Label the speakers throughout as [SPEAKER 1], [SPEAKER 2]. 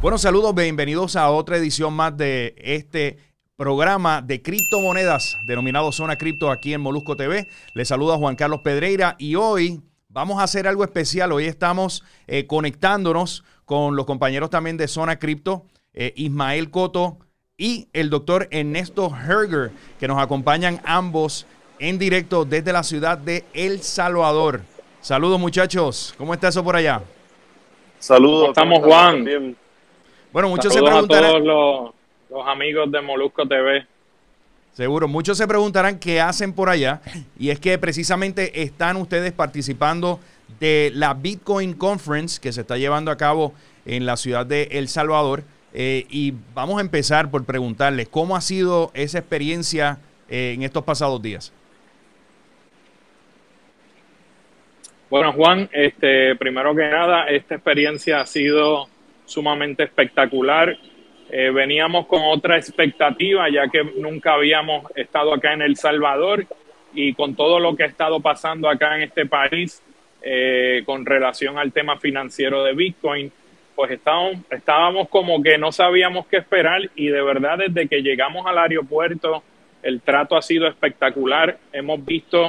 [SPEAKER 1] Bueno, saludos, bienvenidos a otra edición más de este programa de criptomonedas denominado Zona Cripto aquí en Molusco TV. Les saluda Juan Carlos Pedreira y hoy vamos a hacer algo especial. Hoy estamos conectándonos con los compañeros también de Zona Cripto, Ismael Coto y el doctor Ernesto Herger, que nos acompañan ambos en directo desde la ciudad de El Salvador. Saludos, muchachos. ¿Cómo está eso por allá?
[SPEAKER 2] Saludos.
[SPEAKER 3] ¿Cómo estamos, Juan? Bien.
[SPEAKER 1] Bueno, muchos
[SPEAKER 3] Saludos
[SPEAKER 1] se preguntarán
[SPEAKER 3] a todos los amigos de Molusco TV.
[SPEAKER 1] Seguro, muchos se preguntarán qué hacen por allá, y es que precisamente están ustedes participando de la Bitcoin Conference que se está llevando a cabo en la ciudad de El Salvador, y vamos a empezar por preguntarles cómo ha sido esa experiencia en estos pasados días.
[SPEAKER 3] Bueno, Juan, primero que nada, esta experiencia ha sido sumamente espectacular. Veníamos con otra expectativa, ya que nunca habíamos estado acá en El Salvador, y con todo lo que ha estado pasando acá en este país con relación al tema financiero de Bitcoin, pues estábamos como que no sabíamos qué esperar, y de verdad desde que llegamos al aeropuerto el trato ha sido espectacular. Hemos visto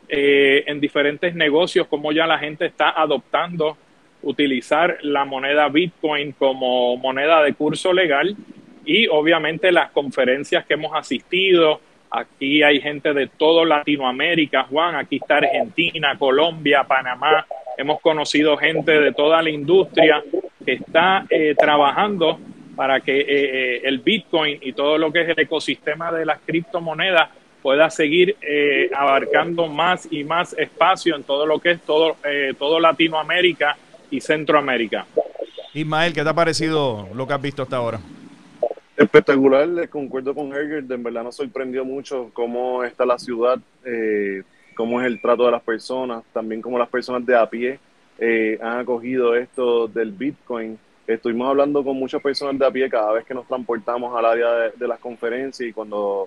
[SPEAKER 3] en diferentes negocios cómo ya la gente está adoptando utilizar la moneda Bitcoin como moneda de curso legal, y obviamente las conferencias que hemos asistido. Aquí hay gente de toda Latinoamérica, Juan. Aquí está Argentina, Colombia, Panamá. Hemos conocido gente de toda la industria que está trabajando para que el Bitcoin y todo lo que es el ecosistema de las criptomonedas pueda seguir abarcando más y más espacio en todo lo que es todo Latinoamérica y Centroamérica.
[SPEAKER 1] Ismael, ¿qué te ha parecido lo que has visto hasta ahora?
[SPEAKER 2] Espectacular, les concuerdo con Herger. En verdad nos sorprendió mucho cómo está la ciudad, cómo es el trato de las personas, también cómo las personas de a pie han acogido esto del Bitcoin. Estuvimos hablando con muchas personas de a pie cada vez que nos transportamos al área de las conferencias y cuando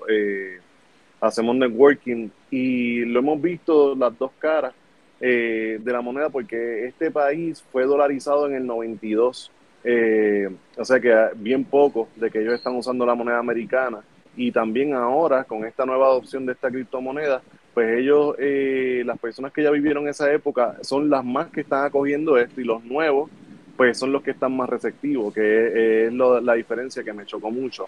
[SPEAKER 2] hacemos networking, y lo hemos visto las dos caras de la moneda, porque este país fue dolarizado en el 92, o sea que bien poco de que ellos están usando la moneda americana, y también ahora con esta nueva adopción de esta criptomoneda, pues ellos, las personas que ya vivieron esa época son las más que están acogiendo esto, y los nuevos pues son los que están más receptivos, que es la diferencia que me chocó mucho.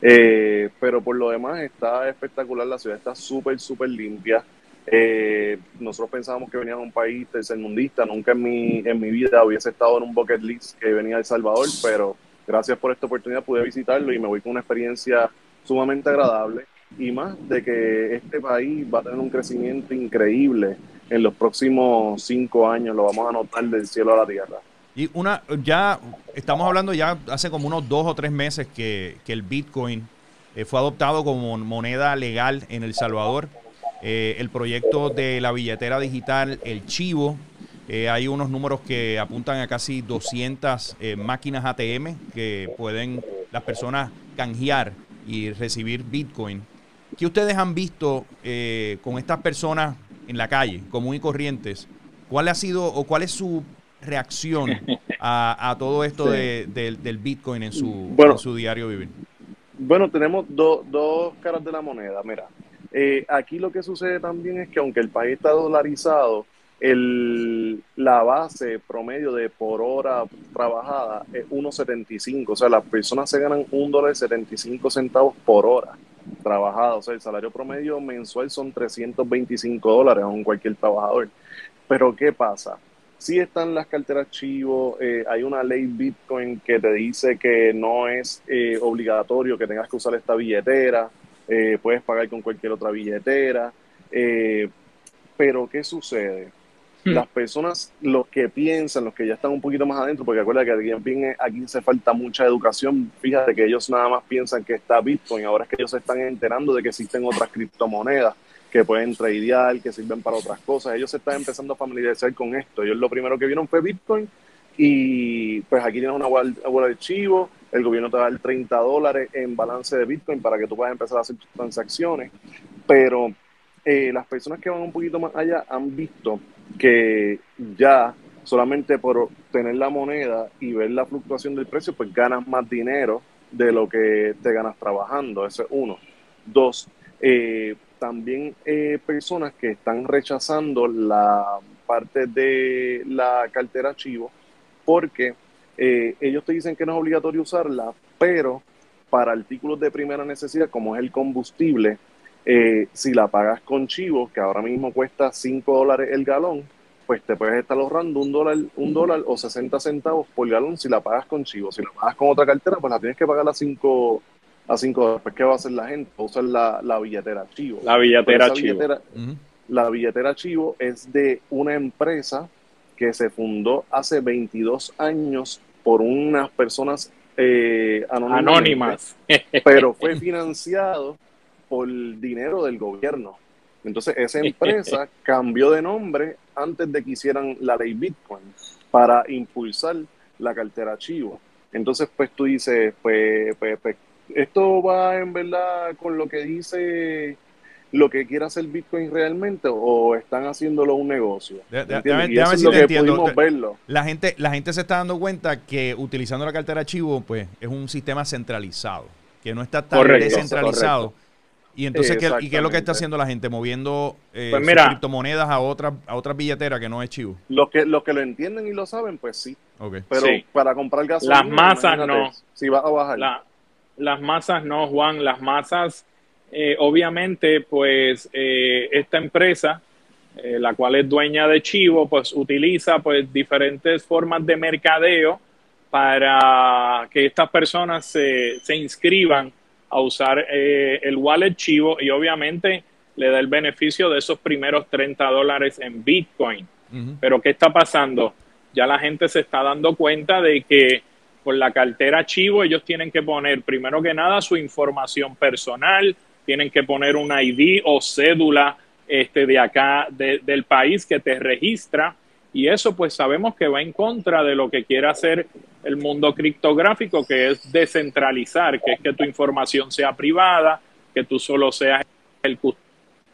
[SPEAKER 2] Pero por lo demás está espectacular, la ciudad está súper, súper limpia. Nosotros pensábamos que veníamos a un país tercermundista. Nunca en mi vida hubiese estado en un bucket list que venía de El Salvador, pero gracias por esta oportunidad pude visitarlo y me voy con una experiencia sumamente agradable, y más de que este país va a tener un crecimiento increíble en los próximos 5 años. Lo vamos a notar del cielo a la tierra.
[SPEAKER 1] Y ya estamos hablando ya hace como unos 2 o 3 meses que el Bitcoin fue adoptado como moneda legal en El Salvador. El proyecto de la billetera digital, el Chivo, hay unos números que apuntan a casi 200 máquinas ATM que pueden las personas canjear y recibir Bitcoin. ¿Qué ustedes han visto con estas personas en la calle, común y corrientes? ¿Cuál ha sido o cuál es su reacción a todo esto del Bitcoin en su diario vivir?
[SPEAKER 2] Bueno, tenemos dos caras de la moneda. Mira, aquí lo que sucede también es que aunque el país está dolarizado, la base promedio de por hora trabajada es 1.75. O sea, las personas se ganan $1.75 por hora trabajada. O sea, el salario promedio mensual son $325 a cualquier trabajador. Pero ¿qué pasa? Sí están las carteras Chivo, hay una ley Bitcoin que te dice que no es obligatorio que tengas que usar esta billetera, puedes pagar con cualquier otra billetera, pero ¿qué sucede? Las personas, los que piensan, los que ya están un poquito más adentro, porque acuérdate que aquí hace falta mucha educación. Fíjate que ellos nada más piensan que está Bitcoin, ahora es que ellos se están enterando de que existen otras criptomonedas que pueden tradear, que sirven para otras cosas. Ellos se están empezando a familiarizar con esto. Ellos lo primero que vieron fue Bitcoin, y pues aquí tienes una wallet de Chivo, el gobierno te da el $30 en balance de Bitcoin para que tú puedas empezar a hacer tus transacciones. Pero las personas que van un poquito más allá han visto que ya solamente por tener la moneda y ver la fluctuación del precio, pues ganas más dinero de lo que te ganas trabajando. Eso es uno. Dos, también personas que están rechazando la parte de la cartera archivo porque ellos te dicen que no es obligatorio usarla, pero para artículos de primera necesidad, como es el combustible, si la pagas con chivo, que ahora mismo cuesta $5 el galón, pues te puedes estar ahorrando $1 o 60 centavos por galón si la pagas con chivo. Si la pagas con otra cartera, pues la tienes que pagar a $5. Pues, ¿qué va a hacer la gente? Va a usar la billetera chivo.
[SPEAKER 3] La billetera chivo.
[SPEAKER 2] La billetera chivo es de una empresa que se fundó hace 22 años por unas personas anónimas, pero fue financiado por dinero del gobierno. Entonces esa empresa cambió de nombre antes de que hicieran la ley Bitcoin para impulsar la cartera Chivo. Entonces pues tú dices, pues esto va en verdad con lo que dice lo que quiere hacer Bitcoin realmente, o están haciéndolo un negocio.
[SPEAKER 1] Déjame ver si te entiendo. Verlo. La gente se está dando cuenta que utilizando la cartera Chivo, pues es un sistema centralizado, que no está tan descentralizado. Correcto. Y entonces, ¿qué es lo que está haciendo la gente? Moviendo pues mira, criptomonedas a otras billeteras que no es Chivo.
[SPEAKER 2] Los que lo entienden y lo saben, pues sí. Okay. Pero sí, para comprar gasolina,
[SPEAKER 3] las masas no.
[SPEAKER 2] Si va a bajar.
[SPEAKER 3] Las masas no, Juan. Las masas, obviamente, pues esta empresa, la cual es dueña de Chivo, pues utiliza pues diferentes formas de mercadeo para que estas personas se inscriban a usar el wallet Chivo, y obviamente le da el beneficio de esos primeros $30 en Bitcoin. Pero ¿qué está pasando? Ya la gente se está dando cuenta de que con la cartera Chivo ellos tienen que poner, primero que nada, su información personal, tienen que poner un ID o cédula de acá, del país que te registra, y eso pues sabemos que va en contra de lo que quiere hacer el mundo criptográfico, que es descentralizar, que es que tu información sea privada, que tú solo seas el custodio.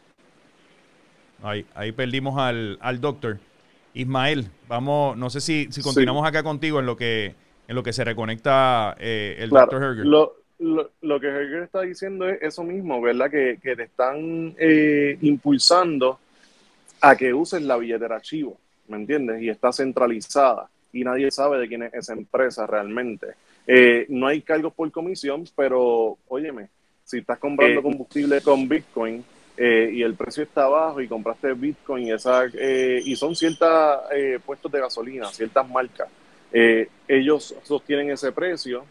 [SPEAKER 1] Ahí perdimos al doctor. Ismael, vamos, no sé si continuamos acá contigo en lo que se reconecta el doctor Herger.
[SPEAKER 2] Lo que Herger está diciendo es eso mismo, ¿verdad? Que te están impulsando a que uses la billetera Chivo, ¿me entiendes? Y está centralizada y nadie sabe de quién es esa empresa realmente. No hay cargos por comisión, pero óyeme, si estás comprando combustible con Bitcoin y el precio está bajo y compraste Bitcoin y son ciertos puestos de gasolina, ciertas marcas, ellos sostienen ese precio,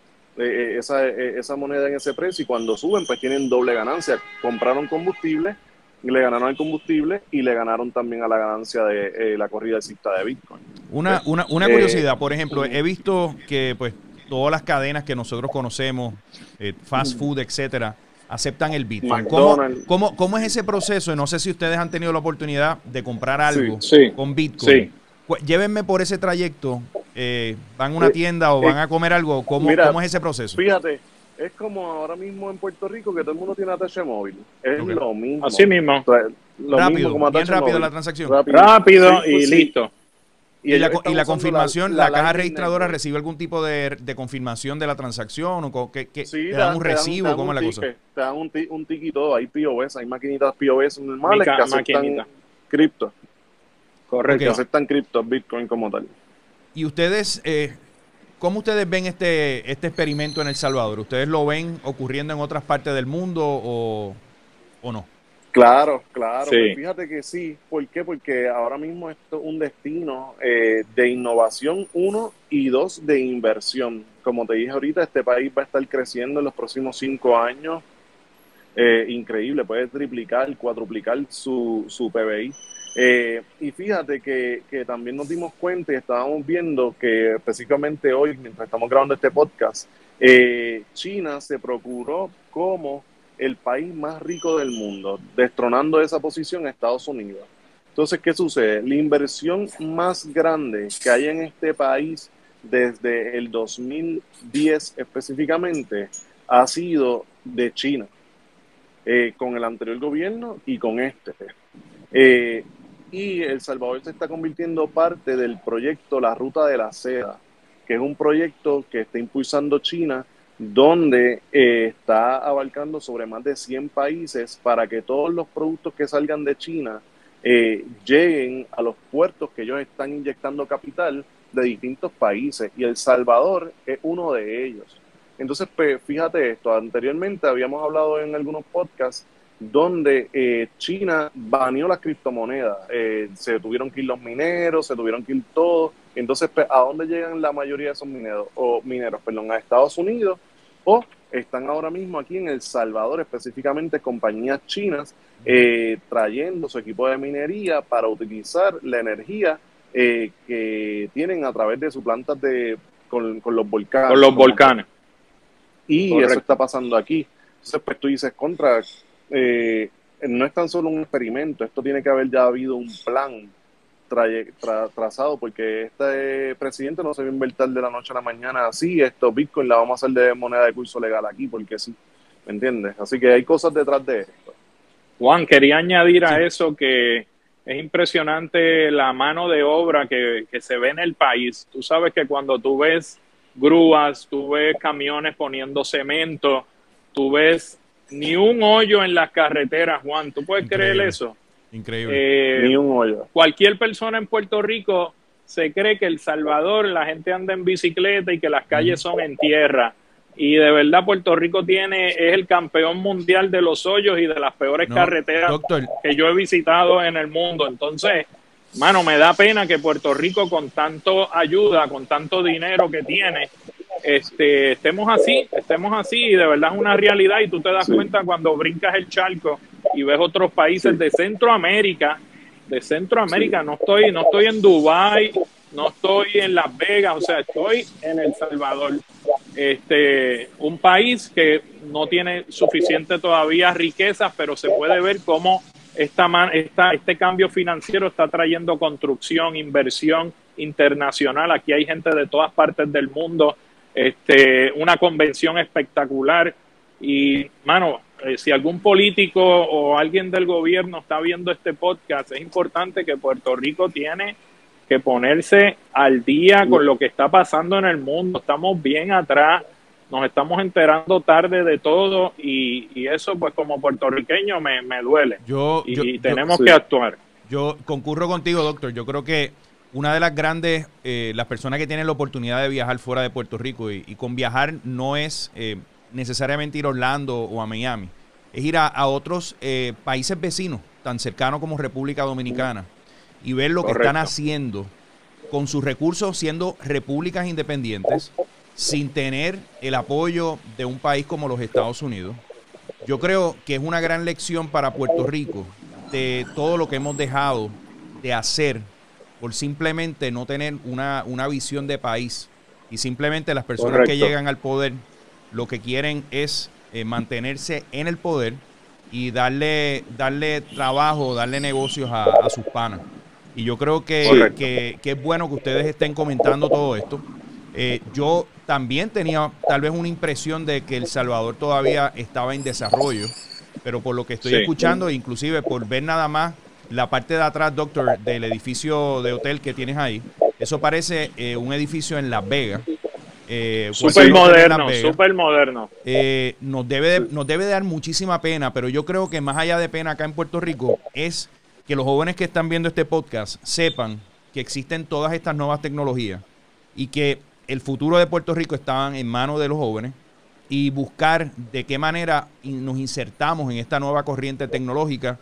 [SPEAKER 2] esa moneda en ese precio, y cuando suben pues tienen doble ganancia. Compraron combustible y le ganaron al combustible y le ganaron también a la ganancia de la corrida alcista de Bitcoin.
[SPEAKER 1] Una curiosidad, por ejemplo, he visto que pues todas las cadenas que nosotros conocemos, fast food, etcétera, aceptan el Bitcoin. ¿Cómo es ese proceso? No sé si ustedes han tenido la oportunidad de comprar algo con Bitcoin. Sí. Llévenme por ese trayecto. ¿Van a una tienda o van a comer algo? ¿Cómo es ese proceso?
[SPEAKER 2] Fíjate, es como ahora mismo en Puerto Rico que todo el mundo tiene ATH móvil. Es lo mismo.
[SPEAKER 3] Así mismo.
[SPEAKER 2] O sea,
[SPEAKER 1] rápido, mismo bien rápido móvil. La transacción.
[SPEAKER 3] Rápido y listo.
[SPEAKER 1] Y la confirmación, la caja registradora recibe algún tipo de confirmación de la transacción, o que ¿te dan un recibo? ¿Cómo es la cosa?
[SPEAKER 2] Te dan un ticket y todo. Hay POS, hay maquinitas POS normales que aceptan cripto. Correcto. Que aceptan cripto, Bitcoin como tal.
[SPEAKER 1] ¿Y ustedes, cómo ustedes ven este experimento en El Salvador? ¿Ustedes lo ven ocurriendo en otras partes del mundo o no?
[SPEAKER 2] Claro. Sí. Pues fíjate que sí. ¿Por qué? Porque ahora mismo esto es un destino de innovación, 1, y 2, de inversión. Como te dije ahorita, este país va a estar creciendo en los próximos 5 años. Increíble, puede triplicar, cuadruplicar su PBI. Y fíjate que también nos dimos cuenta y estábamos viendo que específicamente hoy, mientras estamos grabando este podcast, China se procuró como el país más rico del mundo, destronando esa posición a Estados Unidos. Entonces, ¿qué sucede? La inversión más grande que hay en este país desde el 2010 específicamente ha sido de China, con el anterior gobierno y con este. Y El Salvador se está convirtiendo parte del proyecto La Ruta de la Seda, que es un proyecto que está impulsando China, donde está abarcando sobre más de 100 países para que todos los productos que salgan de China lleguen a los puertos que ellos están inyectando capital de distintos países, y El Salvador es uno de ellos. Entonces, pues, fíjate esto, anteriormente habíamos hablado en algunos podcasts donde China baneó las criptomonedas, se tuvieron que ir los mineros, se tuvieron que ir todos. Entonces, pues, ¿a dónde llegan la mayoría de esos mineros? A Estados Unidos, o están ahora mismo aquí en El Salvador, específicamente compañías chinas trayendo su equipo de minería para utilizar la energía que tienen a través de sus plantas con los volcanes.
[SPEAKER 3] Con los volcanes.
[SPEAKER 2] Y
[SPEAKER 3] Correcto.
[SPEAKER 2] eso está pasando aquí. Entonces, pues tú dices, no es tan solo un experimento, esto tiene que haber ya habido un plan trazado, porque este presidente no se va a inventar de la noche a la mañana así, Bitcoin la vamos a hacer de moneda de curso legal aquí, porque sí, ¿me entiendes? Así que hay cosas detrás de esto.
[SPEAKER 3] Juan, quería añadir a eso que es impresionante la mano de obra que se ve en el país. Tú sabes que cuando tú ves grúas, tú ves camiones poniendo cemento, tú ves ni un hoyo en las carreteras, Juan. ¿Tú puedes creer eso?
[SPEAKER 1] Increíble.
[SPEAKER 2] Ni un hoyo.
[SPEAKER 3] Cualquier persona en Puerto Rico se cree que El Salvador la gente anda en bicicleta y que las calles son en tierra. Y de verdad Puerto Rico es el campeón mundial de los hoyos y de las peores carreteras, doctor, que yo he visitado en el mundo. Entonces, mano, me da pena que Puerto Rico, con tanto ayuda, con tanto dinero que tiene, estemos así, y de verdad es una realidad. Y tú te das cuenta cuando brincas el charco y ves otros países de Centroamérica, no estoy en Dubái, no estoy en Las Vegas, o sea, estoy en El Salvador, un país que no tiene suficiente todavía riqueza, pero se puede ver cómo este cambio financiero está trayendo construcción, inversión internacional. Aquí hay gente de todas partes del mundo, una convención espectacular. Y, mano, si algún político o alguien del gobierno está viendo este podcast, es importante que Puerto Rico tiene que ponerse al día con lo que está pasando en el mundo. Estamos bien atrás, nos estamos enterando tarde de todo, y eso, pues, como puertorriqueño me duele. Tenemos que actuar.
[SPEAKER 1] Yo concurro contigo, doctor. Yo creo que una de las grandes, las personas que tienen la oportunidad de viajar fuera de Puerto Rico, y con viajar no es necesariamente ir a Orlando o a Miami, es ir a otros países vecinos, tan cercanos como República Dominicana, y ver lo que están haciendo con sus recursos, siendo repúblicas independientes, sin tener el apoyo de un país como los Estados Unidos. Yo creo que es una gran lección para Puerto Rico de todo lo que hemos dejado de hacer por simplemente no tener una visión de país, y simplemente las personas que llegan al poder lo que quieren es mantenerse en el poder y darle trabajo, darle negocios a sus panas. Y yo creo que es bueno que ustedes estén comentando todo esto. Yo también tenía tal vez una impresión de que El Salvador todavía estaba en desarrollo, pero por lo que estoy escuchando, inclusive por ver nada más la parte de atrás, doctor, del edificio de hotel que tienes ahí, eso parece un edificio en Las Vegas.
[SPEAKER 3] Súper moderno.
[SPEAKER 1] Nos debe dar muchísima pena, pero yo creo que más allá de pena acá en Puerto Rico es que los jóvenes que están viendo este podcast sepan que existen todas estas nuevas tecnologías y que el futuro de Puerto Rico está en manos de los jóvenes, y buscar de qué manera nos insertamos en esta nueva corriente tecnológica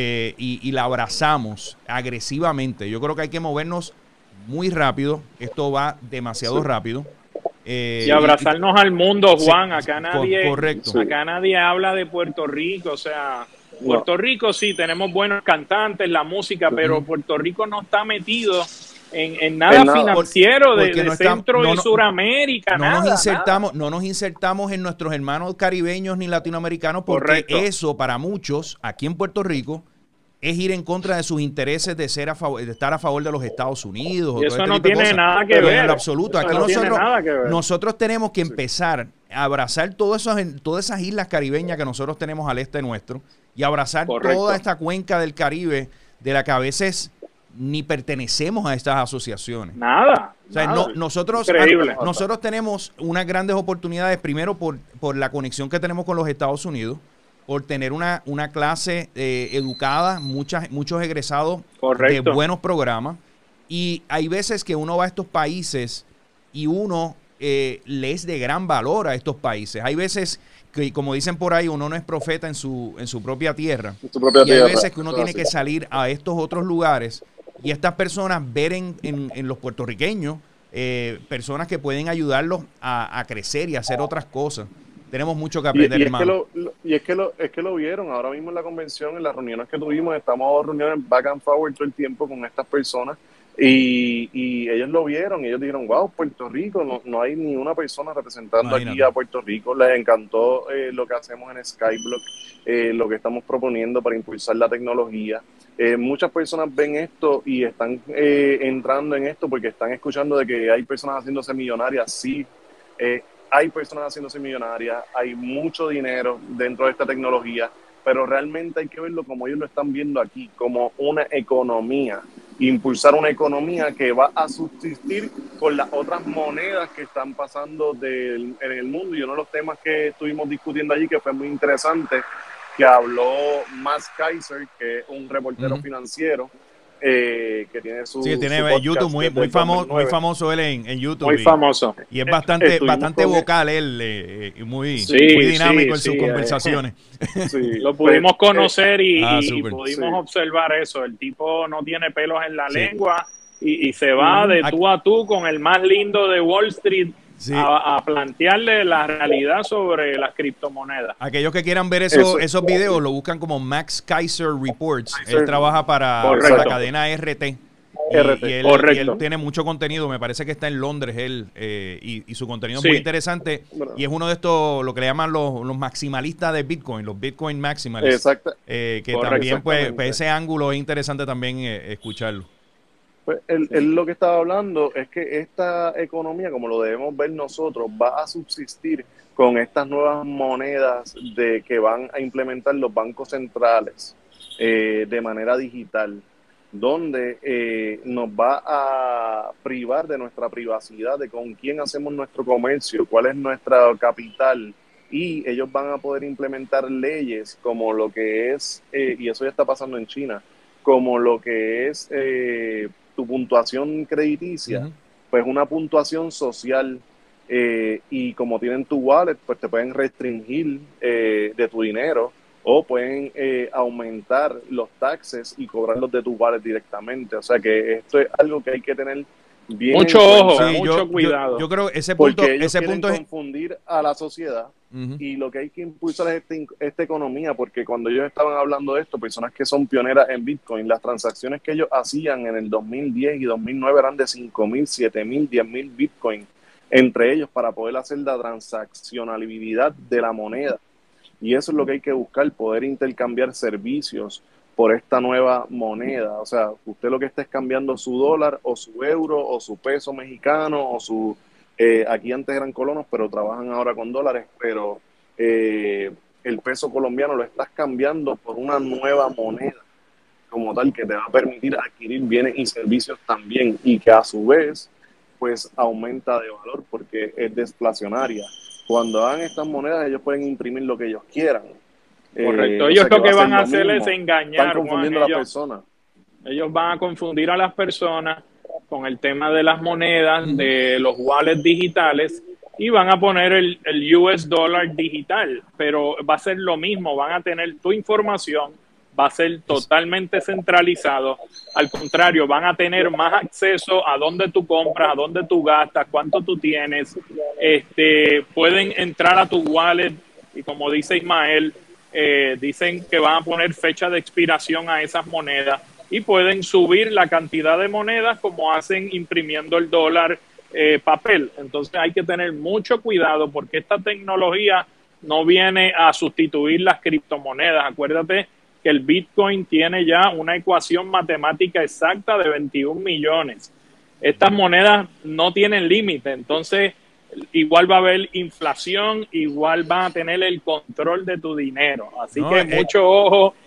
[SPEAKER 1] y la abrazamos agresivamente. Yo creo que hay que movernos muy rápido. Esto va demasiado rápido.
[SPEAKER 3] Y abrazarnos al mundo, Juan. Acá
[SPEAKER 1] correcto.
[SPEAKER 3] Acá nadie habla de Puerto Rico. O sea, Puerto Rico sí, tenemos buenos cantantes, la música, pero Puerto Rico no está metido en nada financiero de Centro y Suramérica. No
[SPEAKER 1] nos insertamos en nuestros hermanos caribeños ni latinoamericanos, porque eso para muchos aquí en Puerto Rico es ir en contra de sus intereses de estar a favor de los Estados Unidos.
[SPEAKER 3] Y eso no tiene nada que ver.
[SPEAKER 1] En lo absoluto. Aquí nosotros tenemos que empezar a abrazar todas esas islas caribeñas que nosotros tenemos al este nuestro, y abrazar toda esta cuenca del Caribe, de la que a veces ni pertenecemos a estas asociaciones.
[SPEAKER 3] Nada.
[SPEAKER 1] O sea,
[SPEAKER 3] nada.
[SPEAKER 1] nosotros tenemos unas grandes oportunidades, primero por la conexión que tenemos con los Estados Unidos, por tener una clase educada, muchos egresados
[SPEAKER 3] Correcto.
[SPEAKER 1] de buenos programas. Y hay veces que uno va a estos países y uno le es de gran valor a estos países. Hay veces que, como dicen por ahí, uno no es profeta en su propia tierra. Y hay veces que uno tiene que salir a estos otros lugares y estas personas ver en los puertorriqueños personas que pueden ayudarlos a crecer y a hacer otras cosas. Tenemos mucho que aprender, hermano.
[SPEAKER 2] Es que lo vieron ahora mismo en la convención, en las reuniones que tuvimos, estamos reuniones back and forward todo el tiempo con estas personas y ellos lo vieron y ellos dijeron, wow, Puerto Rico, no hay ni una persona representando aquí a Puerto Rico. Les encantó lo que hacemos en Skyblock, lo que estamos proponiendo para impulsar la tecnología. Muchas personas ven esto y están entrando en esto porque están escuchando de que hay personas haciéndose millonarias. Sí, hay personas haciéndose millonarias, hay mucho dinero dentro de esta tecnología, pero realmente hay que verlo como ellos lo están viendo aquí, como una economía, impulsar una economía que va a subsistir con las otras monedas que están pasando en el mundo. Y uno de los temas que estuvimos discutiendo allí, que fue muy interesante, que habló Max Kaiser, que es un reportero financiero, que tiene su
[SPEAKER 1] YouTube muy famoso él en YouTube.
[SPEAKER 3] Muy famoso.
[SPEAKER 1] Y es bastante vocal él, muy dinámico en sus conversaciones.
[SPEAKER 3] Sí, lo pudimos conocer y pudimos observar eso. El tipo no tiene pelos en la lengua y se va de tú a tú con el más lindo de Wall Street. Sí. A plantearle la realidad sobre las criptomonedas.
[SPEAKER 1] Aquellos que quieran ver esos videos lo buscan como Max Kaiser Reports. Él trabaja para la cadena RT. Y él tiene mucho contenido. Me parece que está en Londres él y su contenido es muy interesante. Y es uno de estos, lo que le llaman los maximalistas de Bitcoin, los Bitcoin maximalists.
[SPEAKER 2] Exacto.
[SPEAKER 1] Que también pues ese ángulo es interesante también escucharlo.
[SPEAKER 2] Pues él lo que estaba hablando es que esta economía, como lo debemos ver nosotros, va a subsistir con estas nuevas monedas que van a implementar los bancos centrales de manera digital, donde nos va a privar de nuestra privacidad, de con quién hacemos nuestro comercio, cuál es nuestra capital, y ellos van a poder implementar leyes como lo que es, y eso ya está pasando en China, como lo que es tu puntuación crediticia, pues una puntuación social, y como tienen tu wallet, pues te pueden restringir de tu dinero o pueden aumentar los taxes y cobrarlos de tu wallet directamente. O sea que esto es algo que hay que tener bien
[SPEAKER 3] mucho ojo, mucho cuidado.
[SPEAKER 1] Yo creo que ese punto es
[SPEAKER 2] confundir a la sociedad. Y lo que hay que impulsar es esta economía, porque cuando ellos estaban hablando de esto, personas que son pioneras en Bitcoin, las transacciones que ellos hacían en el 2010 y 2009 eran de 5,000, 7,000, 10,000 Bitcoin entre ellos para poder hacer la transaccionalidad de la moneda. Y eso es lo que hay que buscar, poder intercambiar servicios por esta nueva moneda. O sea, usted lo que está es cambiando su dólar o su euro o su peso mexicano o su... aquí antes eran colonos, pero trabajan ahora con dólares, pero el peso colombiano lo estás cambiando por una nueva moneda como tal que te va a permitir adquirir bienes y servicios también y que a su vez pues aumenta de valor porque es deflacionaria. Cuando hagan estas monedas ellos pueden imprimir lo que ellos quieran.
[SPEAKER 3] Correcto, ellos lo que van a hacer es engañar.
[SPEAKER 2] Están confundiendo a las personas.
[SPEAKER 3] Ellos van a confundir a las personas con el tema de las monedas, de los wallets digitales, y van a poner el US dollar digital, pero va a ser lo mismo, van a tener tu información, va a ser totalmente centralizado, al contrario, van a tener más acceso a dónde tú compras, a dónde tú gastas, cuánto tú tienes, pueden entrar a tu wallet, y como dice Ismael, dicen que van a poner fecha de expiración a esas monedas, y pueden subir la cantidad de monedas como hacen imprimiendo el dólar papel. Entonces hay que tener mucho cuidado porque esta tecnología no viene a sustituir las criptomonedas. Acuérdate que el Bitcoin tiene ya una ecuación matemática exacta de 21 millones. Estas monedas no tienen límite, entonces igual va a haber inflación, igual van a tener el control de tu dinero. Así que mucho ojo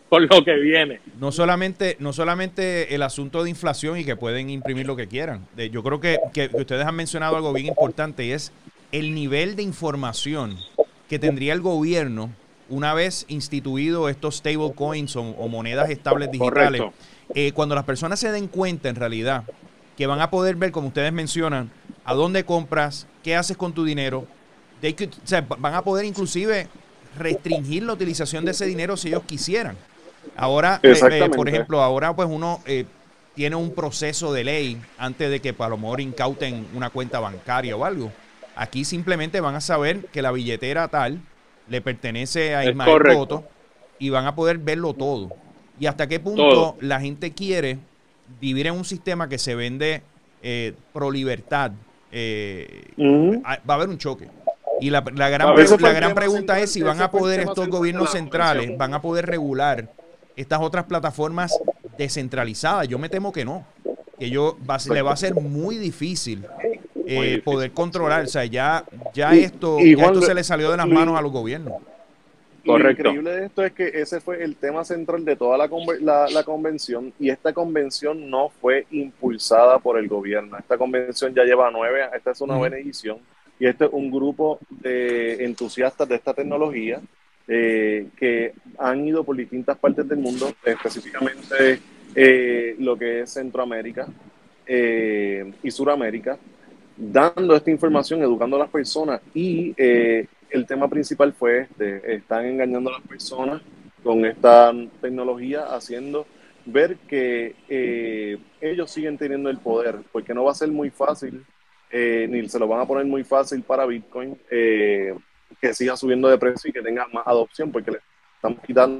[SPEAKER 3] por lo que viene.
[SPEAKER 1] No solamente el asunto de inflación y que pueden imprimir lo que quieran. Yo creo que ustedes han mencionado algo bien importante y es el nivel de información que tendría el gobierno una vez instituido estos stablecoins o monedas estables digitales. Cuando las personas se den cuenta en realidad que van a poder ver, como ustedes mencionan, a dónde compras, qué haces con tu dinero. O sea, van a poder inclusive restringir la utilización de ese dinero si ellos quisieran. Ahora, por ejemplo, ahora pues uno tiene un proceso de ley antes de que a lo mejor incauten una cuenta bancaria o algo. Aquí simplemente van a saber que la billetera tal le pertenece a Ismael Coto y van a poder verlo todo. Y hasta qué punto la gente quiere vivir en un sistema que se vende pro libertad. Va a haber un choque. Y la gran pregunta es si van a poder estos gobiernos centrales, van a poder regular estas otras plataformas descentralizadas. Yo me temo que no. Que le va a ser muy difícil poder controlar. O sea, ya esto se le salió de las manos a los gobiernos.
[SPEAKER 2] Lo increíble de esto es que ese fue el tema central de toda la convención, y esta convención no fue impulsada por el gobierno. Esta convención ya lleva esta es una nueva edición, y este es un grupo de entusiastas de esta tecnología que han ido por distintas partes del mundo, específicamente lo que es Centroamérica y Suramérica, dando esta información, educando a las personas, y el tema principal fue están engañando a las personas con esta tecnología, haciendo ver que ellos siguen teniendo el poder, porque no va a ser muy fácil, ni se lo van a poner muy fácil para Bitcoin, que siga subiendo de precio y que tenga más adopción, porque le estamos quitando.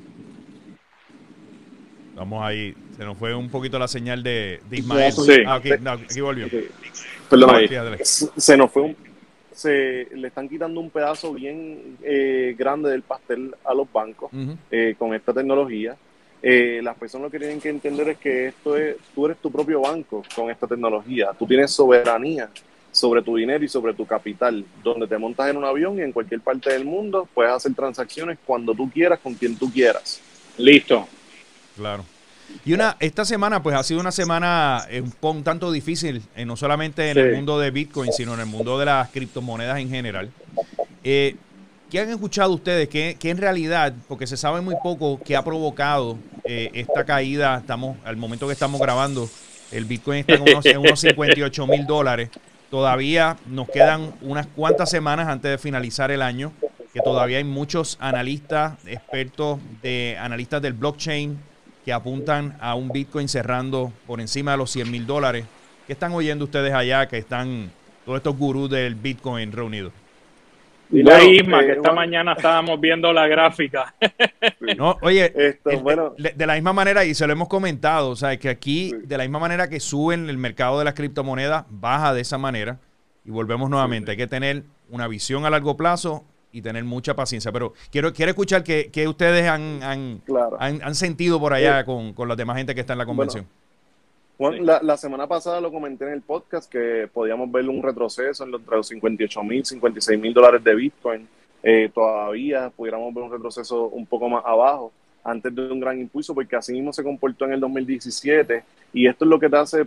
[SPEAKER 1] Vamos ahí, se nos fue un poquito la señal de Ismael. Aquí volvió.
[SPEAKER 2] Perdón, le están quitando un pedazo bien grande del pastel a los bancos con esta tecnología. Las personas lo que tienen que entender es que tú eres tu propio banco con esta tecnología. Tú tienes soberanía sobre tu dinero y sobre tu capital, donde te montas en un avión y en cualquier parte del mundo puedes hacer transacciones cuando tú quieras, con quien tú quieras.
[SPEAKER 3] Listo.
[SPEAKER 1] Claro. Y esta semana pues ha sido una semana un tanto difícil, no solamente en el mundo de Bitcoin, sino en el mundo de las criptomonedas en general. ¿Qué han escuchado ustedes? ¿Qué en realidad, porque se sabe muy poco, qué ha provocado esta caída? Al momento que estamos grabando, el Bitcoin está en unos $58,000. Todavía nos quedan unas cuantas semanas antes de finalizar el año, que todavía hay muchos analistas, expertos analistas del blockchain, que apuntan a un Bitcoin cerrando por encima de los $100,000. ¿Qué están oyendo ustedes allá, que están todos estos gurús del Bitcoin reunidos?
[SPEAKER 3] Dile a Isma que esta mañana estábamos viendo la gráfica.
[SPEAKER 1] No, oye, de la misma manera, y se lo hemos comentado, o sea, que aquí, de la misma manera que suben el mercado de las criptomonedas, baja de esa manera, y volvemos nuevamente. Hay que tener una visión a largo plazo y tener mucha paciencia. Pero quiero escuchar qué ustedes han sentido por allá con la demás gente que está en la convención.
[SPEAKER 2] Juan, la semana pasada lo comenté en el podcast que podíamos ver un retroceso entre los $58,000, $56,000 de Bitcoin. Todavía pudiéramos ver un retroceso un poco más abajo antes de un gran impulso, porque así mismo se comportó en el 2017, y esto es lo que te hace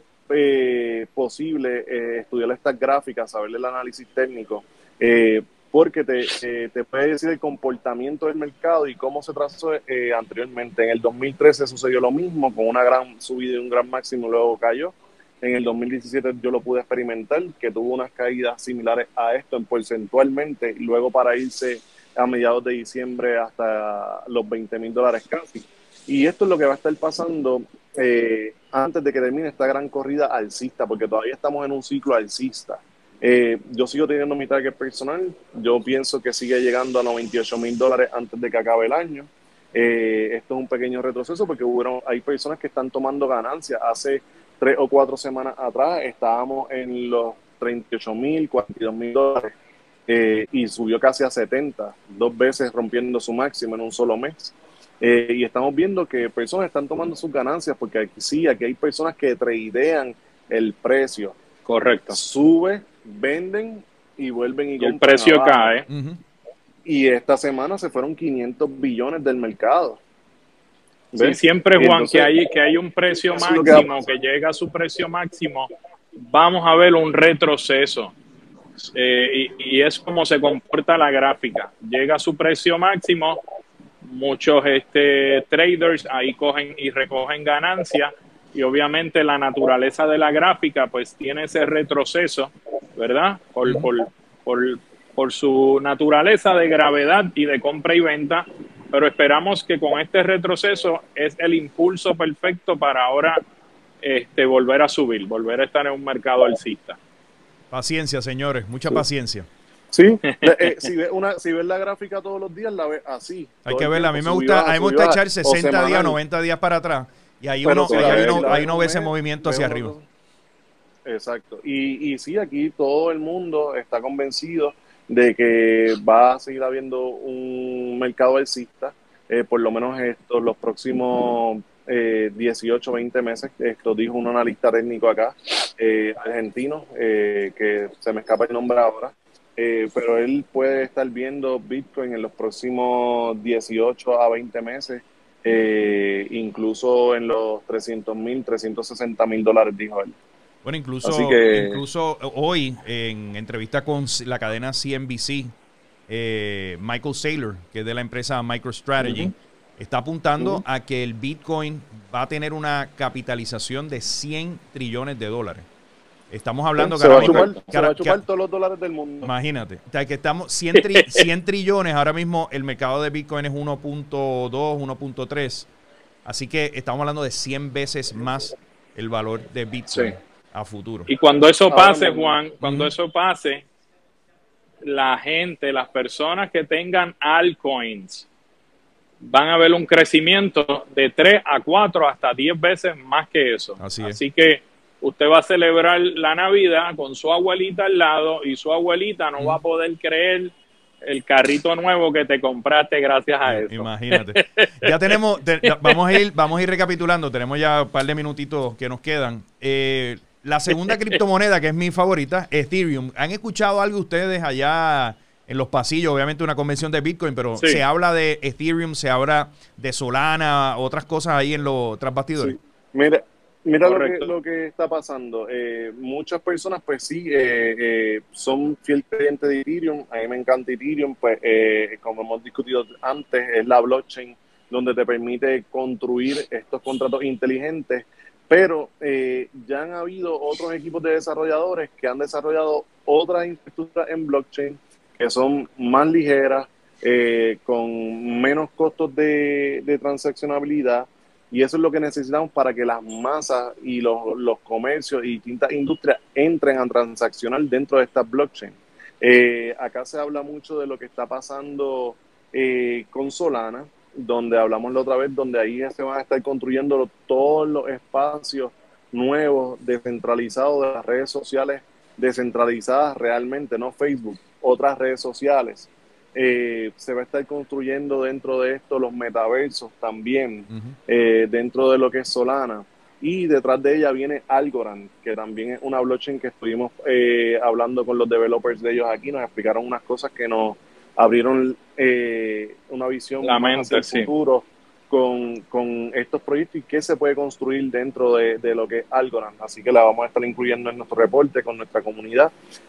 [SPEAKER 2] posible estudiar estas gráficas, saber el análisis técnico, porque te puede decir el comportamiento del mercado y cómo se trazó anteriormente. En el 2013 sucedió lo mismo, con una gran subida y un gran máximo, luego cayó. En el 2017 yo lo pude experimentar, que tuvo unas caídas similares a esto porcentualmente, y luego para irse a mediados de diciembre hasta los $20,000 casi. Y esto es lo que va a estar pasando antes de que termine esta gran corrida alcista, porque todavía estamos en un ciclo alcista. Yo sigo teniendo mi target personal. Yo pienso que sigue llegando a $98,000 antes de que acabe el año. Esto es un pequeño retroceso porque hay personas que están tomando ganancias. Hace 3 o 4 semanas atrás estábamos en los $38,000, $42,000 y subió casi a 70, 2 veces rompiendo su máximo en un solo mes. Y estamos viendo que personas están tomando sus ganancias porque aquí hay personas que tradean el precio.
[SPEAKER 3] Correcto.
[SPEAKER 2] Sube, venden y vuelven y
[SPEAKER 3] el precio cae.
[SPEAKER 2] Y esta semana se fueron 500 billones del mercado.
[SPEAKER 3] Sí, siempre, Juan,
[SPEAKER 2] entonces,
[SPEAKER 3] que hay un precio máximo, que llega a su precio máximo, vamos a ver un retroceso. Y es como se comporta la gráfica. Llega a su precio máximo, muchos traders ahí cogen y recogen ganancias, y obviamente la naturaleza de la gráfica pues tiene ese retroceso, ¿verdad? Por su naturaleza de gravedad y de compra y venta, pero esperamos que con este retroceso es el impulso perfecto para ahora volver a subir, volver a estar en un mercado alcista.
[SPEAKER 1] Paciencia, señores, mucha paciencia.
[SPEAKER 2] Sí, si ves la gráfica todos los días, la ves así.
[SPEAKER 1] Hay que verla. A mí me gusta echar 60 días, 90 días para atrás, y ahí uno ve ese movimiento hacia arriba.
[SPEAKER 2] Exacto. Y sí, aquí todo el mundo está convencido de que va a seguir habiendo un mercado alcista, por lo menos los próximos 18, 20 meses. Esto dijo un analista técnico acá, argentino, que se me escapa el nombre ahora, pero él puede estar viendo Bitcoin en los próximos 18 a 20 meses, incluso en los 300,000, $360,000, dijo él.
[SPEAKER 1] Bueno, incluso hoy, en entrevista con la cadena CNBC, Michael Saylor, que es de la empresa MicroStrategy, está apuntando a que el Bitcoin va a tener una capitalización de $100 trillones. Estamos hablando
[SPEAKER 2] se va a chupar todos los dólares del mundo.
[SPEAKER 1] Imagínate. O sea, que estamos 100 trillones. Ahora mismo el mercado de Bitcoin es 1.2, 1.3. Así que estamos hablando de 100 veces más el valor de Bitcoin a futuro.
[SPEAKER 3] Y cuando eso pase, Juan, cuando eso pase, la gente, las personas que tengan altcoins, van a ver un crecimiento de 3 a 4 hasta 10 veces más que eso. Así que usted va a celebrar la Navidad con su abuelita al lado, y su abuelita no va a poder creer el carrito nuevo que te compraste gracias a eso.
[SPEAKER 1] Imagínate. Ya tenemos, vamos a ir recapitulando, tenemos ya un par de minutitos que nos quedan. La segunda criptomoneda, que es mi favorita, Ethereum. ¿Han escuchado algo ustedes allá en los pasillos? Obviamente una convención de Bitcoin, pero se habla de Ethereum, se habla de Solana, otras cosas ahí en los tras bastidores.
[SPEAKER 2] Sí. Mira lo que está pasando. Muchas personas, pues sí, son fiel clientes de Ethereum. A mí me encanta Ethereum, pues como hemos discutido antes, es la blockchain donde te permite construir estos contratos inteligentes. Pero ya han habido otros equipos de desarrolladores que han desarrollado otras infraestructuras en blockchain que son más ligeras, con menos costos de transaccionabilidad. Y eso es lo que necesitamos para que las masas y los comercios y distintas industrias entren a transaccionar dentro de estas blockchain. Acá se habla mucho de lo que está pasando con Solana, donde hablamos la otra vez, donde ahí se van a estar construyendo todos los espacios nuevos, descentralizados de las redes sociales, descentralizadas realmente, no Facebook, otras redes sociales. Se va a estar construyendo dentro de esto los metaversos también, dentro de lo que es Solana, y detrás de ella viene Algorand, que también es una blockchain que estuvimos hablando con los developers de ellos aquí. Nos explicaron unas cosas que nos abrieron una visión más hacia el futuro con estos proyectos y qué se puede construir dentro de lo que es Algorand. Así que la vamos a estar incluyendo en nuestro reporte con nuestra comunidad.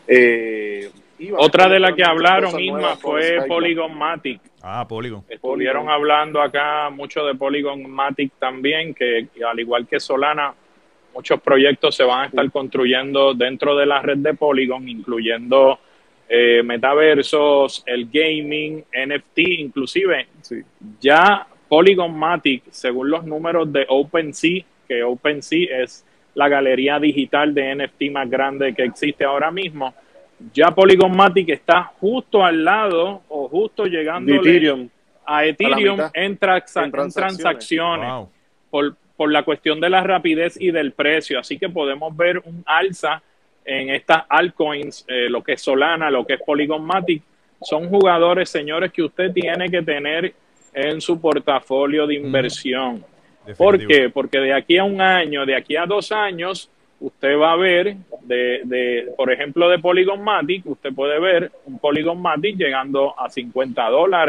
[SPEAKER 3] Otra de las que hablaron, Isma, fue Polygon Matic.
[SPEAKER 1] Polygon.
[SPEAKER 3] Estuvieron hablando acá mucho de Polygon Matic también, que al igual que Solana, muchos proyectos se van a estar construyendo dentro de la red de Polygon, incluyendo metaversos, el gaming, NFT, inclusive. Ya Polygon Matic, según los números de OpenSea, que OpenSea es la galería digital de NFT más grande que existe ahora mismo, ya Polygon Matic está justo al lado o justo llegando a Ethereum en transacciones.
[SPEAKER 1] Wow.
[SPEAKER 3] Por la cuestión de la rapidez y del precio. Así que podemos ver un alza en estas altcoins, lo que es Solana, lo que es Polygon Matic. Son jugadores, señores, que usted tiene que tener en su portafolio de inversión. ¿Por qué? Porque de aquí a un año, de aquí a 2 años, usted va a ver, por ejemplo, de Polygon Matic, usted puede ver un Polygon Matic llegando a $50,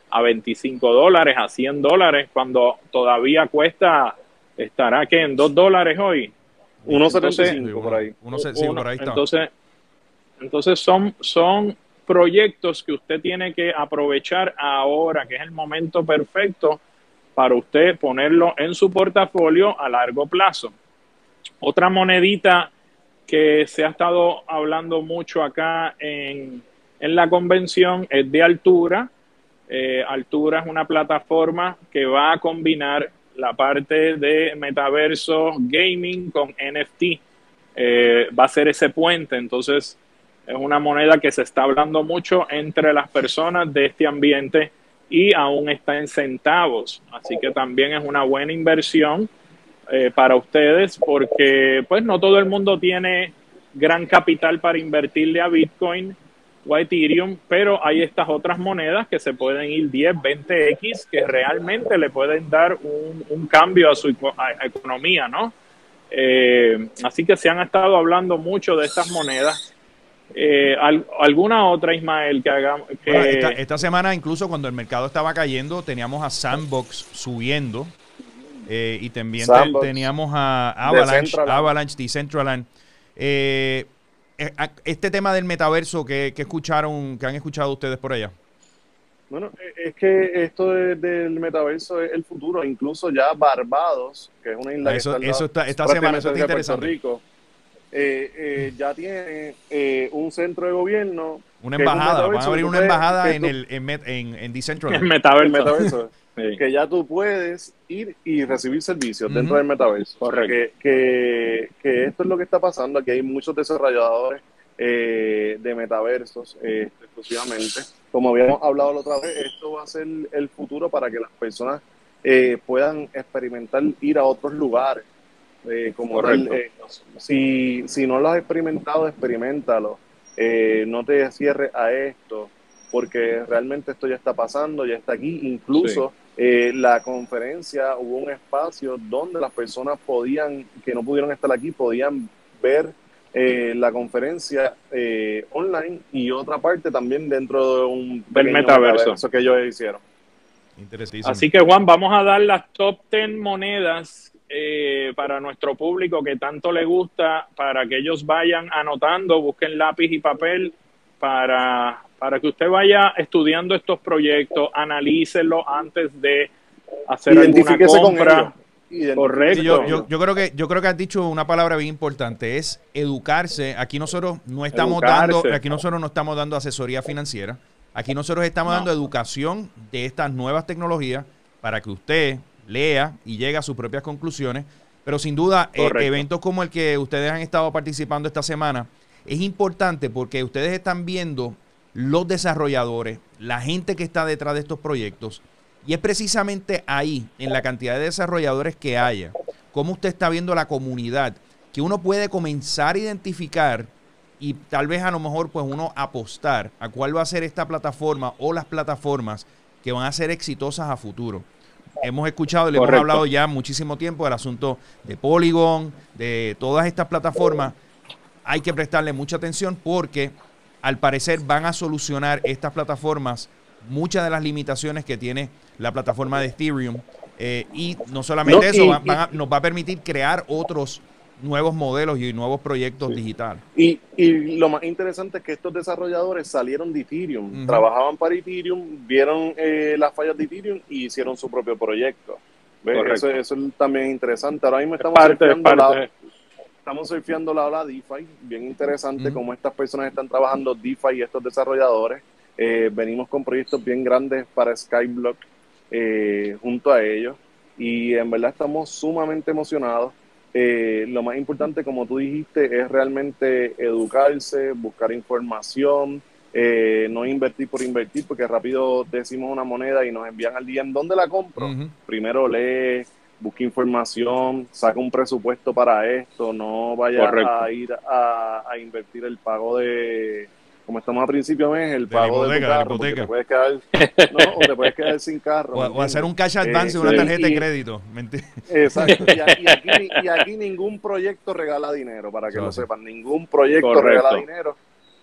[SPEAKER 3] a $25, a $100, cuando todavía estará que en $2 hoy.
[SPEAKER 2] 1.75 por ahí.
[SPEAKER 1] 1.75 por ahí está.
[SPEAKER 3] Entonces son proyectos que usted tiene que aprovechar ahora, que es el momento perfecto para usted ponerlo en su portafolio a largo plazo. Otra monedita que se ha estado hablando mucho acá en la convención es de Altura. Altura es una plataforma que va a combinar la parte de metaverso gaming con NFT. Va a ser ese puente. Entonces es una moneda que se está hablando mucho entre las personas de este ambiente y aún está en centavos. Así que también es una buena inversión para ustedes, porque pues no todo el mundo tiene gran capital para invertirle a Bitcoin o a Ethereum, pero hay estas otras monedas que se pueden ir 10, 20x, que realmente le pueden dar un cambio a su economía, ¿no? Así que se han estado hablando mucho de estas monedas. ¿Alguna otra, Ismael, que hagamos?
[SPEAKER 1] Bueno, esta semana, incluso cuando el mercado estaba cayendo, teníamos a Sandbox subiendo, y también teníamos a Avalanche, Decentraland. Este tema del metaverso que han escuchado ustedes por allá.
[SPEAKER 2] Bueno, es que esto del metaverso es el futuro. Incluso ya Barbados, que es una isla
[SPEAKER 1] esta semana, eso está interesante.
[SPEAKER 2] Puerto Rico, ya tiene un centro de gobierno.
[SPEAKER 1] Una embajada, van a abrir una embajada en Decentraland.
[SPEAKER 3] El metaverso.
[SPEAKER 2] Sí. Que ya tú puedes ir y recibir servicios dentro del metaverso.
[SPEAKER 3] Correcto.
[SPEAKER 2] Que esto es lo que está pasando. Aquí hay muchos desarrolladores de metaversos exclusivamente. Como habíamos hablado la otra vez, esto va a ser el futuro para que las personas puedan experimentar ir a otros lugares. Como tal, si no lo has experimentado, experimentalo. No te cierres a esto, porque realmente esto ya está pasando, ya está aquí. Incluso la conferencia, hubo un espacio donde las personas que no pudieron estar aquí, podían ver la conferencia online, y otra parte también dentro de del metaverso que ellos hicieron.
[SPEAKER 1] Interesantísimo.
[SPEAKER 3] Así que, Juan, vamos a dar las top 10 monedas para nuestro público que tanto le gusta, para que ellos vayan anotando, busquen lápiz y papel para que usted vaya estudiando estos proyectos, analícenlo antes de hacer alguna compra. Correcto.
[SPEAKER 1] Yo creo que has dicho una palabra bien importante, es educarse. Aquí nosotros no estamos dando asesoría financiera. Aquí nosotros estamos dando educación de estas nuevas tecnologías para que usted lea y llegue a sus propias conclusiones. Pero sin duda, eventos como el que ustedes han estado participando esta semana es importante, porque ustedes están viendo los desarrolladores, la gente que está detrás de estos proyectos, y es precisamente ahí, en la cantidad de desarrolladores que haya, cómo usted está viendo la comunidad, que uno puede comenzar a identificar y tal vez a lo mejor pues uno apostar a cuál va a ser esta plataforma o las plataformas que van a ser exitosas a futuro. Hemos escuchado y le hemos hablado ya muchísimo tiempo del asunto de Polygon, de todas estas plataformas. Hay que prestarle mucha atención, porque al parecer van a solucionar estas plataformas muchas de las limitaciones que tiene la plataforma de Ethereum, y no solamente eso, nos va a permitir crear otros nuevos modelos y nuevos proyectos digitales.
[SPEAKER 2] Y lo más interesante es que estos desarrolladores salieron de Ethereum, trabajaban para Ethereum, vieron las fallas de Ethereum y hicieron su propio proyecto. Eso también es interesante. Ahora mismo estamos surfeando la ola DeFi, bien interesante cómo estas personas están trabajando DeFi y estos desarrolladores. Venimos con proyectos bien grandes para Skyblock junto a ellos, y en verdad estamos sumamente emocionados. Lo más importante, como tú dijiste, es realmente educarse, buscar información, no invertir por invertir, porque rápido decimos una moneda y nos envían al día en dónde la compro. Primero lee, busca información, saca un presupuesto para esto, no vaya a ir a invertir el pago de, como estamos a principio de mes, el pago de tu carro, porque te puedes quedar, o te puedes quedar sin carro.
[SPEAKER 1] O hacer un cash advance de una tarjeta de crédito.
[SPEAKER 2] Exacto. Y aquí ningún proyecto regala dinero, para que lo sepan. Ningún proyecto regala dinero.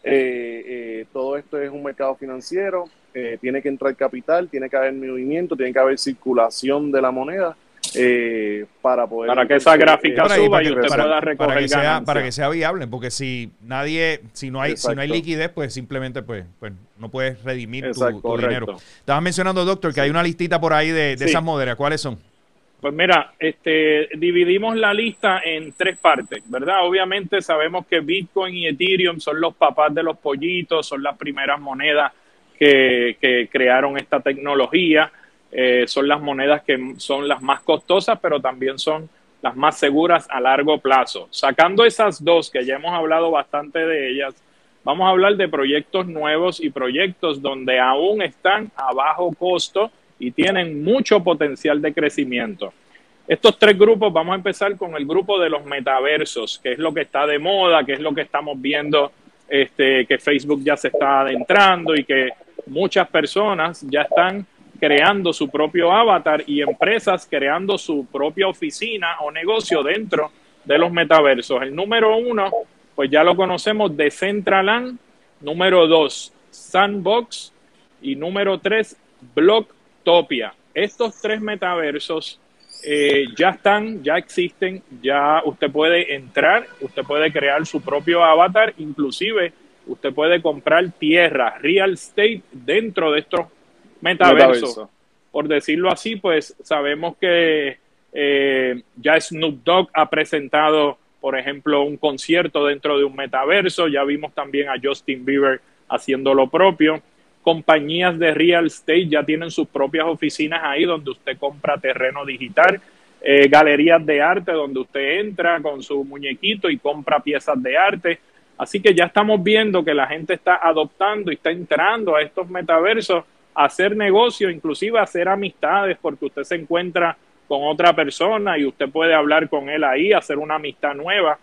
[SPEAKER 2] todo esto es un mercado financiero, tiene que entrar capital, tiene que haber movimiento, tiene que haber circulación de la moneda para poder...
[SPEAKER 3] Para que esa gráfica suba y usted pueda recoger
[SPEAKER 1] para que sea viable, porque si no hay liquidez, pues simplemente pues no puedes redimir tu dinero. Estabas mencionando, doctor, que hay una listita por ahí de esas monedas. ¿Cuáles son?
[SPEAKER 3] Pues mira, dividimos la lista en 3 partes, ¿verdad? Obviamente sabemos que Bitcoin y Ethereum son los papás de los pollitos, son las primeras monedas que crearon esta tecnología. Son las monedas que son las más costosas, pero también son las más seguras a largo plazo. Sacando esas 2, que ya hemos hablado bastante de ellas, vamos a hablar de proyectos nuevos y proyectos donde aún están a bajo costo y tienen mucho potencial de crecimiento. Estos 3 grupos, vamos a empezar con el grupo de los metaversos, que es lo que está de moda, que es lo que estamos viendo, que Facebook ya se está adentrando y que muchas personas ya están creando su propio avatar y empresas creando su propia oficina o negocio dentro de los metaversos. El número 1, pues ya lo conocemos, Decentraland. Número 2, Sandbox. Y número 3, Blocktopia. Estos 3 metaversos ya existen, ya usted puede entrar, usted puede crear su propio avatar, inclusive usted puede comprar tierra, real estate dentro de estos metaverso. Por decirlo así, pues sabemos que ya Snoop Dogg ha presentado, por ejemplo, un concierto dentro de un metaverso. Ya vimos también a Justin Bieber haciendo lo propio. Compañías de real estate ya tienen sus propias oficinas ahí donde usted compra terreno digital. Galerías de arte donde usted entra con su muñequito y compra piezas de arte. Así que ya estamos viendo que la gente está adoptando y está entrando a estos metaversos a hacer negocio, inclusive a hacer amistades, porque usted se encuentra con otra persona y usted puede hablar con él ahí, hacer una amistad nueva.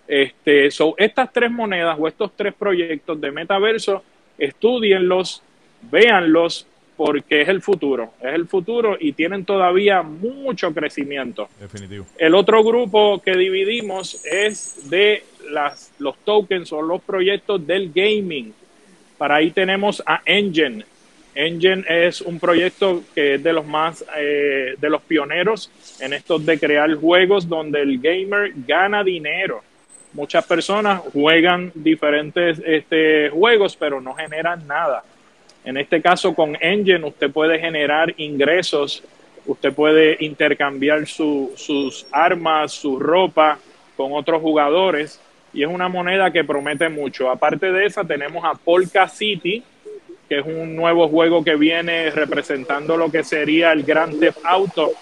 [SPEAKER 3] Estas 3 monedas o estos 3 proyectos de metaverso, estúdienlos, véanlos, porque es el futuro y tienen todavía mucho crecimiento.
[SPEAKER 1] Definitivo.
[SPEAKER 3] El otro grupo que dividimos es de los tokens o los proyectos del gaming. Para ahí tenemos a Engen. Engen es un proyecto que es de los más de los pioneros en estos de crear juegos donde el gamer gana dinero. Muchas personas juegan diferentes juegos, pero no generan nada. En este caso, con Engen, usted puede generar ingresos, usted puede intercambiar sus armas, su ropa con otros jugadores, y es una moneda que promete mucho. Aparte de esa, tenemos a Polka City, que es un nuevo juego que viene representando lo que sería el Grand Theft Auto.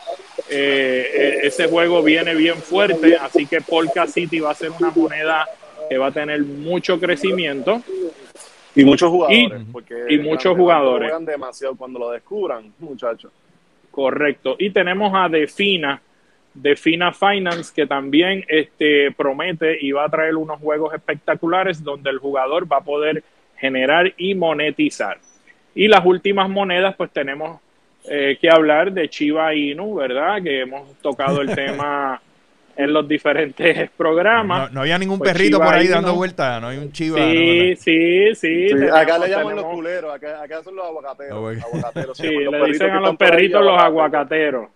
[SPEAKER 3] Ese juego viene bien fuerte, así que Polka City va a ser una moneda que va a tener mucho crecimiento.
[SPEAKER 2] Y muchos jugadores.
[SPEAKER 3] Y muchos jugadores.
[SPEAKER 2] Juegan demasiado cuando lo descubran, muchachos.
[SPEAKER 3] Correcto. Y tenemos a Defina Finance, que también promete y va a traer unos juegos espectaculares donde el jugador va a poder generar y monetizar. Y las últimas monedas, pues tenemos que hablar de Shiba Inu, ¿verdad? Que hemos tocado el tema en los diferentes programas.
[SPEAKER 1] No había ningún perrito por ahí Inu dando vueltas, no hay un Shiba.
[SPEAKER 3] Sí.
[SPEAKER 2] Acá le llaman los culeros, acá son los aguacateros.
[SPEAKER 3] Sí, le dicen a los perritos los aguacateros.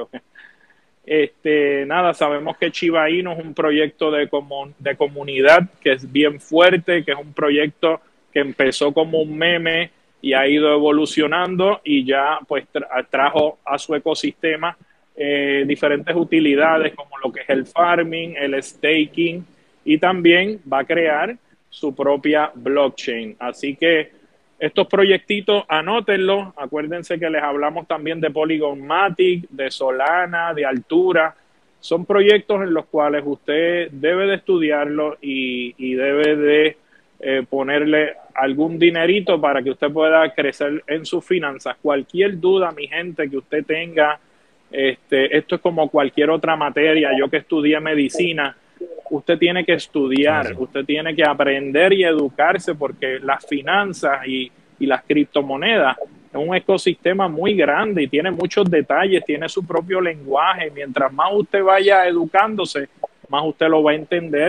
[SPEAKER 3] Nada, sabemos que Shiba Inu es un proyecto de comunidad que es bien fuerte, que es un proyecto que empezó como un meme y ha ido evolucionando y ya pues trajo a su ecosistema diferentes utilidades como lo que es el farming, el staking, y también va a crear su propia blockchain. Así que estos proyectitos, anótenlos. Acuérdense que les hablamos también de Polygon Matic, de Solana, de Altura. Son proyectos en los cuales usted debe de estudiarlo y debe de ponerle algún dinerito para que usted pueda crecer en sus finanzas. Cualquier duda, mi gente, que usted tenga, esto es como cualquier otra materia. Yo que estudié medicina, usted tiene que estudiar, usted tiene que aprender y educarse, porque las finanzas y las criptomonedas es un ecosistema muy grande y tiene muchos detalles, tiene su propio lenguaje. Mientras más usted vaya educándose, más usted lo va a entender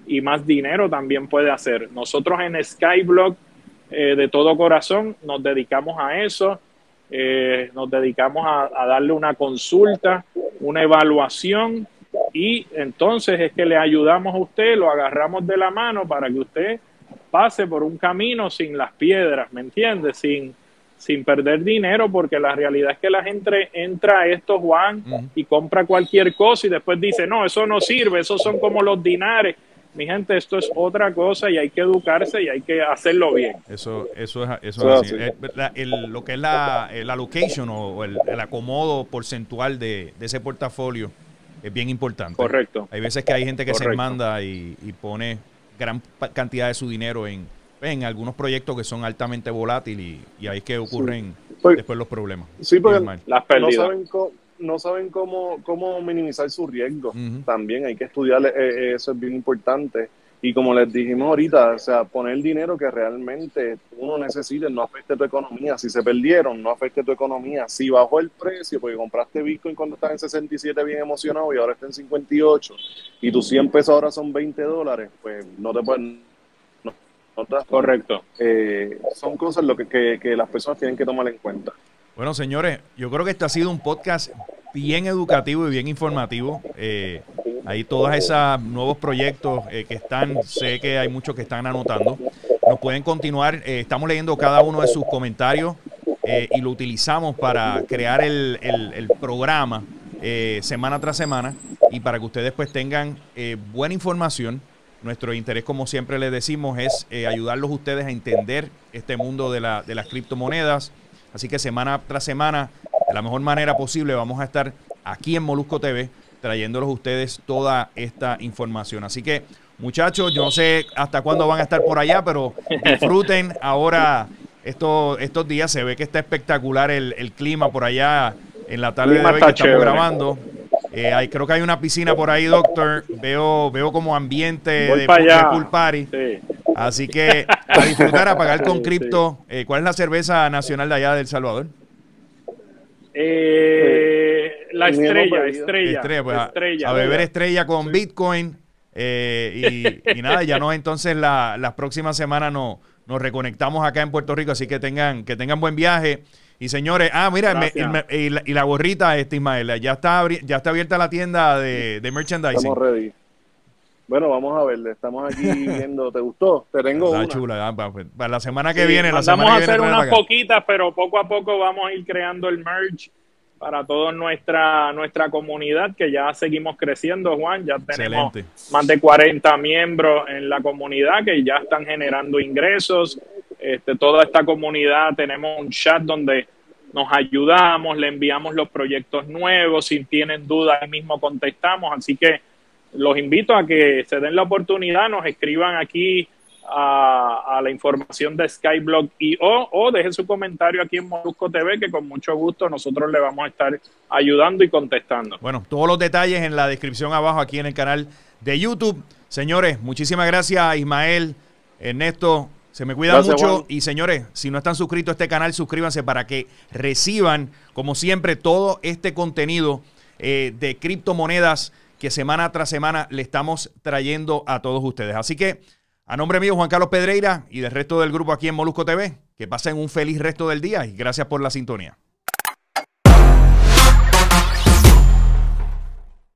[SPEAKER 3] y más dinero también puede hacer. Nosotros en Skyblock, de todo corazón, nos dedicamos a eso. Nos dedicamos a darle una consulta, una evaluación, y entonces es que le ayudamos a usted, lo agarramos de la mano para que usted pase por un camino sin las piedras, ¿me entiende? Sin perder dinero, porque la realidad es que la gente entra a esto, Juan, y compra cualquier cosa y después dice, no, eso no sirve, esos son como los dinares. Mi gente, esto es otra cosa y hay que educarse y hay que hacerlo bien.
[SPEAKER 1] Eso es así. Lo que es la allocation o el acomodo porcentual de ese portafolio es bien importante.
[SPEAKER 3] Correcto.
[SPEAKER 1] Hay veces que hay gente que se manda y pone gran cantidad de su dinero en algunos proyectos que son altamente volátiles y ahí es que ocurren después los problemas.
[SPEAKER 2] Sí, porque
[SPEAKER 3] las pérdidas.
[SPEAKER 2] No saben cómo minimizar su riesgo. También hay que estudiar, eso es bien importante. Y como les dijimos ahorita, o sea, poner dinero que realmente uno necesite, no afecte tu economía. Si se perdieron, no afecte tu economía. Si bajó el precio, porque compraste Bitcoin cuando estaba en 67 bien emocionado y ahora está en 58, y tus 100 pesos ahora son $20, pues no te pueden...
[SPEAKER 3] Correcto.
[SPEAKER 2] Son cosas que las personas tienen que tomar en cuenta.
[SPEAKER 1] Bueno, señores, yo creo que este ha sido un podcast bien educativo y bien informativo. Hay todos esos nuevos proyectos que están, sé que hay muchos que están anotando. Nos pueden continuar, estamos leyendo cada uno de sus comentarios y lo utilizamos para crear el programa semana tras semana y para que ustedes pues tengan buena información. Nuestro interés, como siempre les decimos, es ayudarlos a ustedes a entender este mundo de las criptomonedas. Así que semana tras semana, de la mejor manera posible, vamos a estar aquí en Molusco TV trayéndolos a ustedes toda esta información. Así que, muchachos, yo no sé hasta cuándo van a estar por allá, pero disfruten ahora estos días. Se ve que está espectacular el clima por allá en la tarde de hoy que estamos grabando. Creo que hay una piscina por ahí, doctor. Veo como ambiente de pool party. Sí. Así que a disfrutar, a pagar con cripto. ¿Cuál es la cerveza nacional de allá de El Salvador?
[SPEAKER 3] La Estrella.
[SPEAKER 1] Pues
[SPEAKER 3] Estrella.
[SPEAKER 1] A beber Estrella con Bitcoin. Y nada, ya no, entonces las próximas semanas nos reconectamos acá en Puerto Rico. Así que tengan buen viaje. Y señores, mira, y la gorrita, Ismael, ya está abierta la tienda de merchandising.
[SPEAKER 2] Estamos ready. Bueno, vamos a ver, estamos aquí viendo. ¿Te gustó? Te tengo una.
[SPEAKER 1] Chula, para la semana que viene.
[SPEAKER 3] Vamos a hacer unas poquitas, pero poco a poco vamos a ir creando el merch para toda nuestra comunidad, que ya seguimos creciendo, Juan. Ya tenemos más de 40 miembros en la comunidad que ya están generando ingresos. Toda esta comunidad tenemos un chat donde nos ayudamos, le enviamos los proyectos nuevos, si tienen dudas ahí mismo contestamos, así que los invito a que se den la oportunidad, nos escriban aquí a la información de Skyblock o dejen su comentario aquí en Molusco TV, que con mucho gusto nosotros le vamos a estar ayudando y contestando.
[SPEAKER 1] Bueno, todos los detalles en la descripción abajo aquí en el canal de YouTube. Señores, muchísimas gracias, Ismael, Ernesto. Se me cuidan mucho, Juan. Y señores, si no están suscritos a este canal, suscríbanse para que reciban, como siempre, todo este contenido de criptomonedas que semana tras semana le estamos trayendo a todos ustedes. Así que, a nombre mío, Juan Carlos Pedreira, y del resto del grupo aquí en Molusco TV, que pasen un feliz resto del día y gracias por la sintonía.